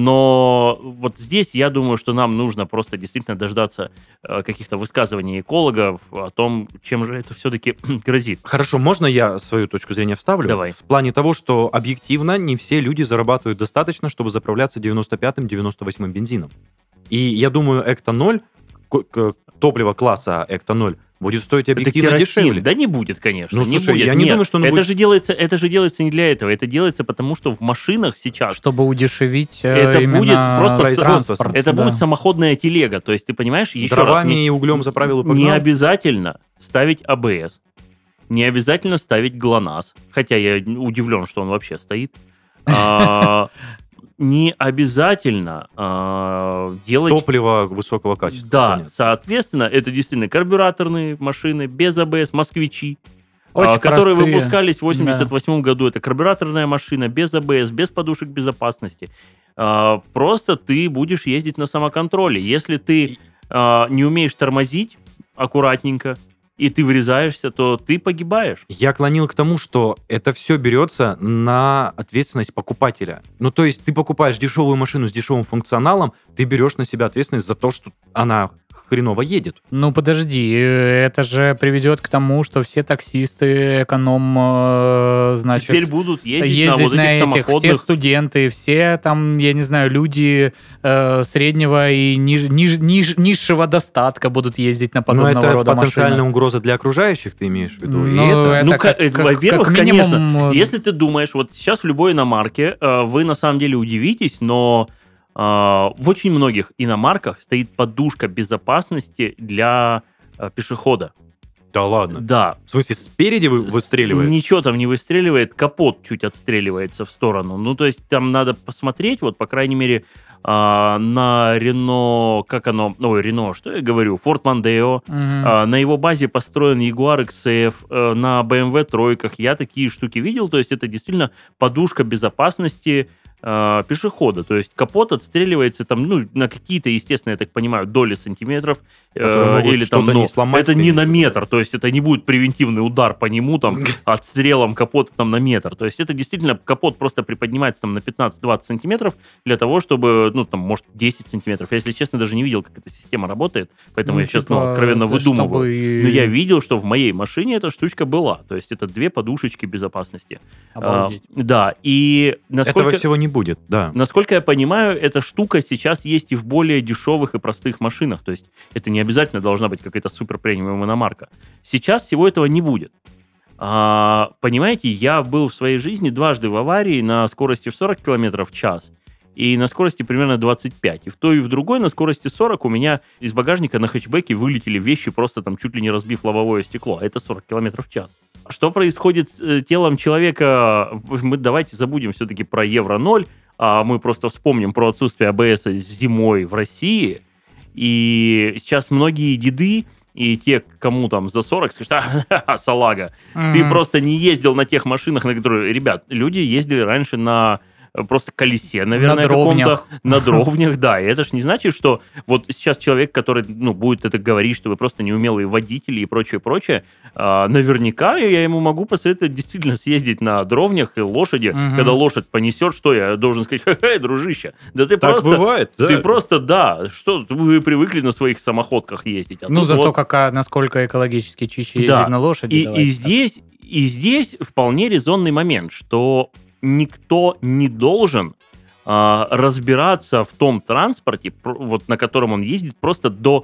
но вот здесь я думаю, что нам нужно просто действительно дождаться э, каких-то высказываний экологов о том, чем же это все-таки грозит. Хорошо, можно я свою точку зрения вставлю? Давай. В плане того, что объективно не все люди зарабатывают достаточно, чтобы заправляться девяносто пятым девяносто восьмым бензином. И я думаю, Экто ноль, к- к- топливо класса Экто ноль, будет стоить Это объективно керосин. дешевле. Да не будет, конечно. Ну, не слушай, будет. я не Нет, думаю, что оно это будет- же делается, это же делается не для этого. Это делается потому, что в машинах сейчас Чтобы удешевить э, Это именно будет просто производство. транспорт. это да. будет самоходная телега. То есть ты понимаешь, еще Дровами раз, не, и углем заправил и не погнал. обязательно ставить а бэ эс, не обязательно ставить ГЛОНАСС, хотя я удивлен, что он вообще стоит. А, Не обязательно а, делать Топливо высокого качества. Да, понятно. соответственно, это действительно карбюраторные машины без а бэ эс, москвичи, Очень а, которые простые. выпускались в восемьдесят восьмом году. Это карбюраторная машина без а бэ эс, без подушек безопасности. А, Просто ты будешь ездить на самоконтроле. Если ты а, не умеешь тормозить аккуратненько, и ты врезаешься, то ты погибаешь. Я клонил к тому, что это все берется на ответственность покупателя. Ну, то есть ты покупаешь дешевую машину с дешевым функционалом, ты берешь на себя ответственность за то, что она хреново едет. Ну, подожди, это же приведет к тому, что все таксисты, эконом, э, значит... Теперь будут ездить, ездить на вот на этих этих, самоходных... все студенты, все там, я не знаю, люди э, среднего и ниж, ниж, ниж, низшего достатка будут ездить на Но подобного это рода потенциальная машинах. угоза для окружающих, ты имеешь в виду? И Ну, это... это Ну, как- ка- как- во-первых, как минимум, конечно, э, если ты думаешь, вот сейчас в любой иномарке э, вы на самом деле удивитесь, но э, в очень многих иномарках стоит подушка безопасности для э, пешехода. Да ладно. Да. В смысле, спереди вы выстреливает? Ничего там не выстреливает, капот чуть отстреливается в сторону. Ну, то есть там надо посмотреть, вот, по крайней мере, а, на Рено, как оно, ой, Рено, что я говорю, Ford Mondeo, Мгм. а, на его базе построен Jaguar икс эф, э, на бэ эм вэ тройках, я такие штуки видел, то есть это действительно подушка безопасности э, пешехода, то есть капот отстреливается там, ну, на какие-то, естественно, я так понимаю, доли сантиметров, э, Которые могут или там, что-то ну, не сломать, это ты не имеешь на в виду? метр, то есть это не будет превентивный удар по нему там отстрелом капота там на метр, то есть это действительно капот просто приподнимается там на пятнадцать-двадцать сантиметров для того, чтобы, ну, там, может, десять сантиметров. Я, если честно, даже не видел, как эта система работает, поэтому Ну, я сейчас, типа, ну, откровенно это выдумываю. чтобы- Но я видел, что в моей машине эта штучка была, то есть это две подушечки безопасности. Обалдеть. А, да, и насколько... Этого всего не будет, да. Насколько я понимаю, эта штука сейчас есть и в более дешевых и простых машинах. То есть это не обязательно должна быть какая-то супер премиум иномарка. Сейчас всего этого не будет. А, понимаете, я был в своей жизни дважды в аварии на скорости в сорок километров в час и на скорости примерно двадцать пять. И в той и в другой на скорости сорок у меня из багажника на хэтчбеке вылетели вещи, просто там чуть ли не разбив лобовое стекло. А это сорок километров в час. Что происходит с э, телом человека? Мы давайте забудем все-таки про Евро ноль, а мы просто вспомним про отсутствие а бэ эс зимой в России. И сейчас многие деды и те, кому там за сорок, скажут, а, салага, ты Мгм. просто не ездил на тех машинах, на которые... Ребят, люди ездили раньше на э, просто колесе, наверное, На дровнях. каком-то. На дровнях, да. И это ж не значит, что вот сейчас человек, который, ну, будет это говорить, что вы просто неумелые водители и прочее, прочее, а, наверняка я ему могу посоветовать действительно съездить на дровнях и лошади. Мгм. Когда лошадь понесет, что я должен сказать? Хе-хе, дружище, да ты Так просто... бывает, да. Ты просто, да, что вы привыкли на своих самоходках ездить. А Ну, тут зато вот- какая, насколько экологически чище ездить Да. на лошади. И, давайте и так. здесь, и здесь вполне резонный момент, что никто не должен а, разбираться в том транспорте, пр- вот на котором он ездит, просто до,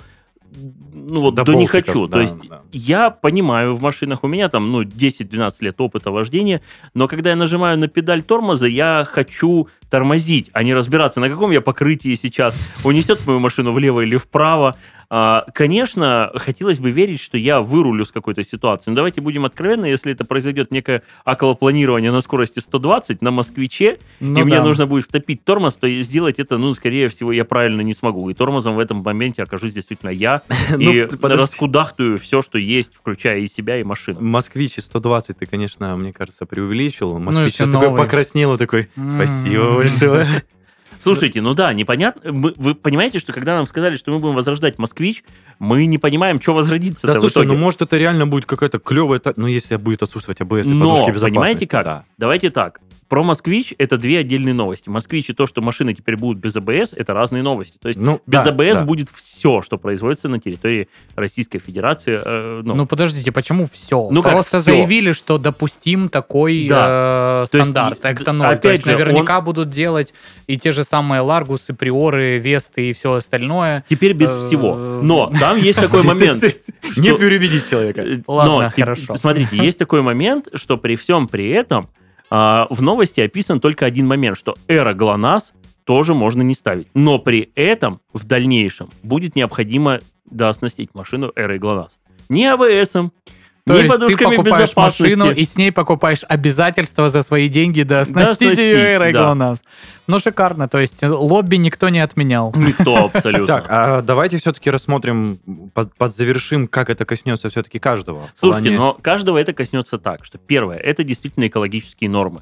ну, вот, До до не болтиков, хочу. да, То есть да. я понимаю в машинах, у меня там ну, десять-двенадцать лет опыта вождения, но когда я нажимаю на педаль тормоза, я хочу тормозить, а не разбираться, на каком я покрытии сейчас, унесет мою машину влево или вправо. А, Конечно, хотелось бы верить, что я вырулю с какой-то ситуации. Но давайте будем откровенны, если это произойдет некое околопланирование на скорости сто двадцать на «Москвиче», Ну и мне да. нужно будет втопить тормоз, то и сделать это, ну, скорее всего, я правильно не смогу. И тормозом в этом моменте окажусь действительно я, Ну, и ты подожди. раскудахтаю все, что есть, включая и себя, и машину. Москвич сто двадцать ты, конечно, мне кажется, преувеличил. Москвич если сейчас такой новый. покраснел и такой, спасибо М. большое. Слушайте, ну да, непонятно. Мы- Вы понимаете, что когда нам сказали, что мы будем возрождать «Москвич», мы не понимаем, что возродиться-то Да в слушай, итоге. ну может это реально будет какая-то клевая, та- ну если будет отсутствовать а бэ эс и Но, подушки безопасности. понимаете как? Да. Давайте так. Про «Москвич» это две отдельные новости. «Москвич» и то, что машины теперь будут без а бэ эс, это разные новости. То есть Ну, без да, а бэ эс да. будет все, что производится на территории Российской Федерации. э, ну, Ну, подождите, почему все? Ну, как Просто всё? заявили, что допустим такой Да. э, То есть, стандарт, и- Экто ноль. опять То есть же, наверняка будут делать и те же самые Ларгусы, Приоры, Весты и все остальное. теперь без э, всего. Но там есть такой момент. Не что- переубедить человека. Э, Ладно, но, тип- хорошо. Смотрите, есть такой момент, что при всем при этом а, в новости описан только один момент, что эра ГЛОНАСС тоже можно не ставить. Но при этом в дальнейшем будет необходимо дооснастить машину эрой ГЛОНАСС. Не а бэ эсом, То не есть ты подушками покупаешь безопасности. машину и с ней покупаешь обязательства за свои деньги, да, оснастить оснастить, ее Эйрой да. ГЛОНАСС. Ну, шикарно. То есть лобби никто не отменял. Никто абсолютно. Так, а давайте все-таки рассмотрим, под, подзавершим, как это коснется все-таки каждого. в Слушайте, плане- но каждого это коснется так, что первое, это действительно экологические нормы.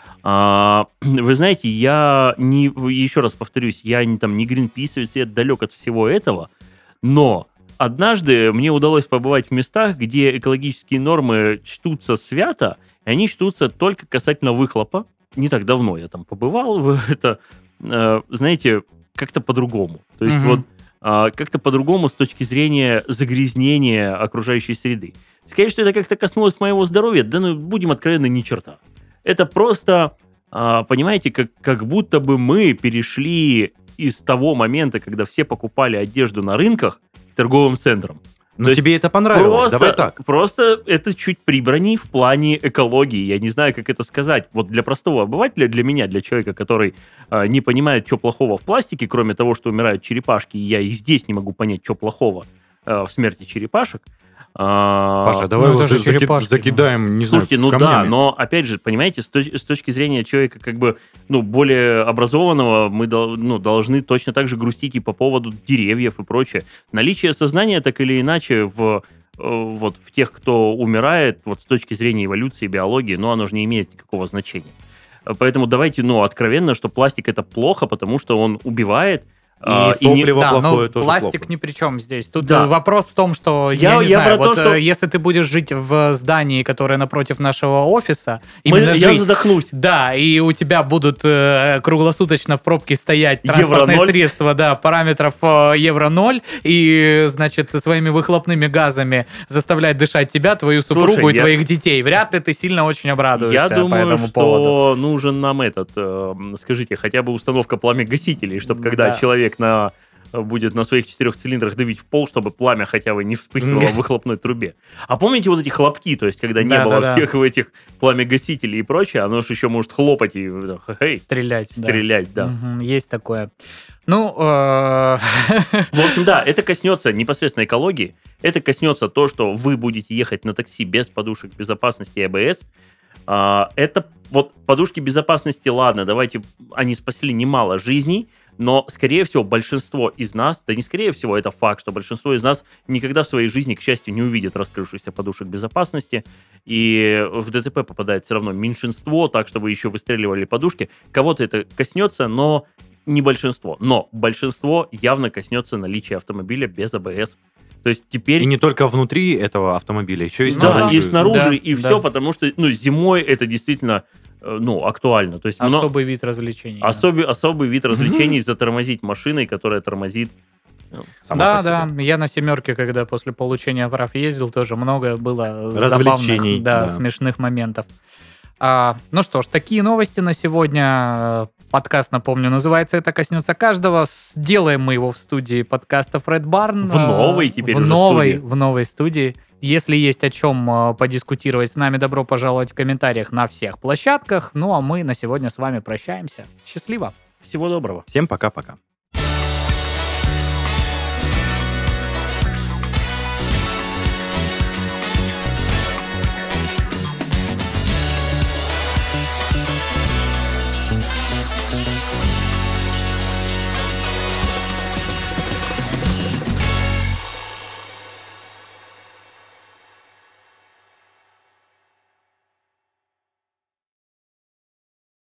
А, вы знаете, я не, еще раз повторюсь, я не там не гринписовец, я далек от всего этого, но однажды мне удалось побывать в местах, где экологические нормы чтутся свято, и они чтутся только касательно выхлопа. Не так давно я там побывал, в это, э, знаете, как-то по-другому. То есть Мгм. вот а, как-то по-другому с точки зрения загрязнения окружающей среды. Сказать, что это как-то коснулось моего здоровья, да ну, будем откровенны, ни черта. Это просто, а, понимаете, как, как будто бы мы перешли из того момента, когда все покупали одежду на рынках, к торговым центрам. Но То тебе это понравилось, просто, давай так. Просто это чуть прибрани в плане экологии. Я не знаю, как это сказать. Вот для простого обывателя, для меня, для человека, который э, не понимает, что плохого в пластике, кроме того, что умирают черепашки, и я и здесь не могу понять, что плохого э, в смерти черепашек. Паша, давай ну, его это же заки- черепашки, закидаем, не Слушайте, знаю, ну да, камнями. но опять же, понимаете, с, точ- с точки зрения человека как бы, ну, более образованного, мы дол- ну, должны точно так же грустить и по поводу деревьев и прочее. Наличие сознания так или иначе в, э, вот, в тех, кто умирает, вот с точки зрения эволюции, биологии, ну, оно же не имеет никакого значения. Поэтому давайте, ну, откровенно, что пластик это плохо, потому что он убивает. И а, топливо не- Да, плохое ну, тоже пластик плохо. ни при чем здесь. Тут Да. э, вопрос в том, что, я, Я- не я знаю, про то, вот что- э, если ты будешь жить в здании, которое напротив нашего офиса, Мы- именно я жить... задохнусь. Да, и у тебя будут э, круглосуточно в пробке стоять Евро транспортные ноль. средства, да, параметров э, евро ноль, и, значит, своими выхлопными газами заставлять дышать тебя, твою супругу Слушай, и я- твоих детей. Вряд ли ты сильно очень обрадуешься Я по думаю, этому что поводу. нужен нам этот, э, скажите, хотя бы установка пламя-гасителей, чтобы когда Да. человек на, будет на своих четырех цилиндрах давить в пол, чтобы пламя хотя бы не вспыхнуло в выхлопной трубе. А помните вот эти хлопки, то есть когда не Да, было да, да. всех этих пламя-гасителей и прочее, оно же еще может хлопать и э, хе-хей, Стрелять, да. стрелять, да. Мгм, есть такое. Ну, э, В общем, да, это коснется непосредственно экологии, это коснется то, что вы будете ехать на такси без подушек безопасности и АБС. А, Это вот подушки безопасности, ладно, давайте, они спасли немало жизней, но, скорее всего, большинство из нас, да не скорее всего, это факт, что большинство из нас никогда в своей жизни, к счастью, не увидит раскрывшихся подушек безопасности, и в ДТП попадает все равно меньшинство, так что вы еще выстреливали подушки. Кого-то это коснется, но не большинство. Но большинство явно коснется наличия автомобиля без АБС. То есть теперь... И не только внутри этого автомобиля, еще и Ну Да, снаружи. и снаружи, Да, и да. все, потому что ну, зимой это действительно э, ну, актуально. То есть мно- особый вид развлечений. да. особый, особый вид развлечений затормозить машиной, которая тормозит. Сама Да, по да, себе. я на семерке, когда после получения прав ездил, тоже много было Развлечений, забавных, да, да. смешных моментов. А, ну что ж, такие новости на сегодня. Подкаст, напомню, называется «Это коснется каждого». Сделаем мы его в студии подкастов Red Barn. В новой теперь в уже новой, студии. В новой студии. Если есть о чем э, подискутировать с нами, добро пожаловать в комментариях на всех площадках. Ну а мы на сегодня с вами прощаемся. Счастливо! Всего доброго. Всем пока-пока.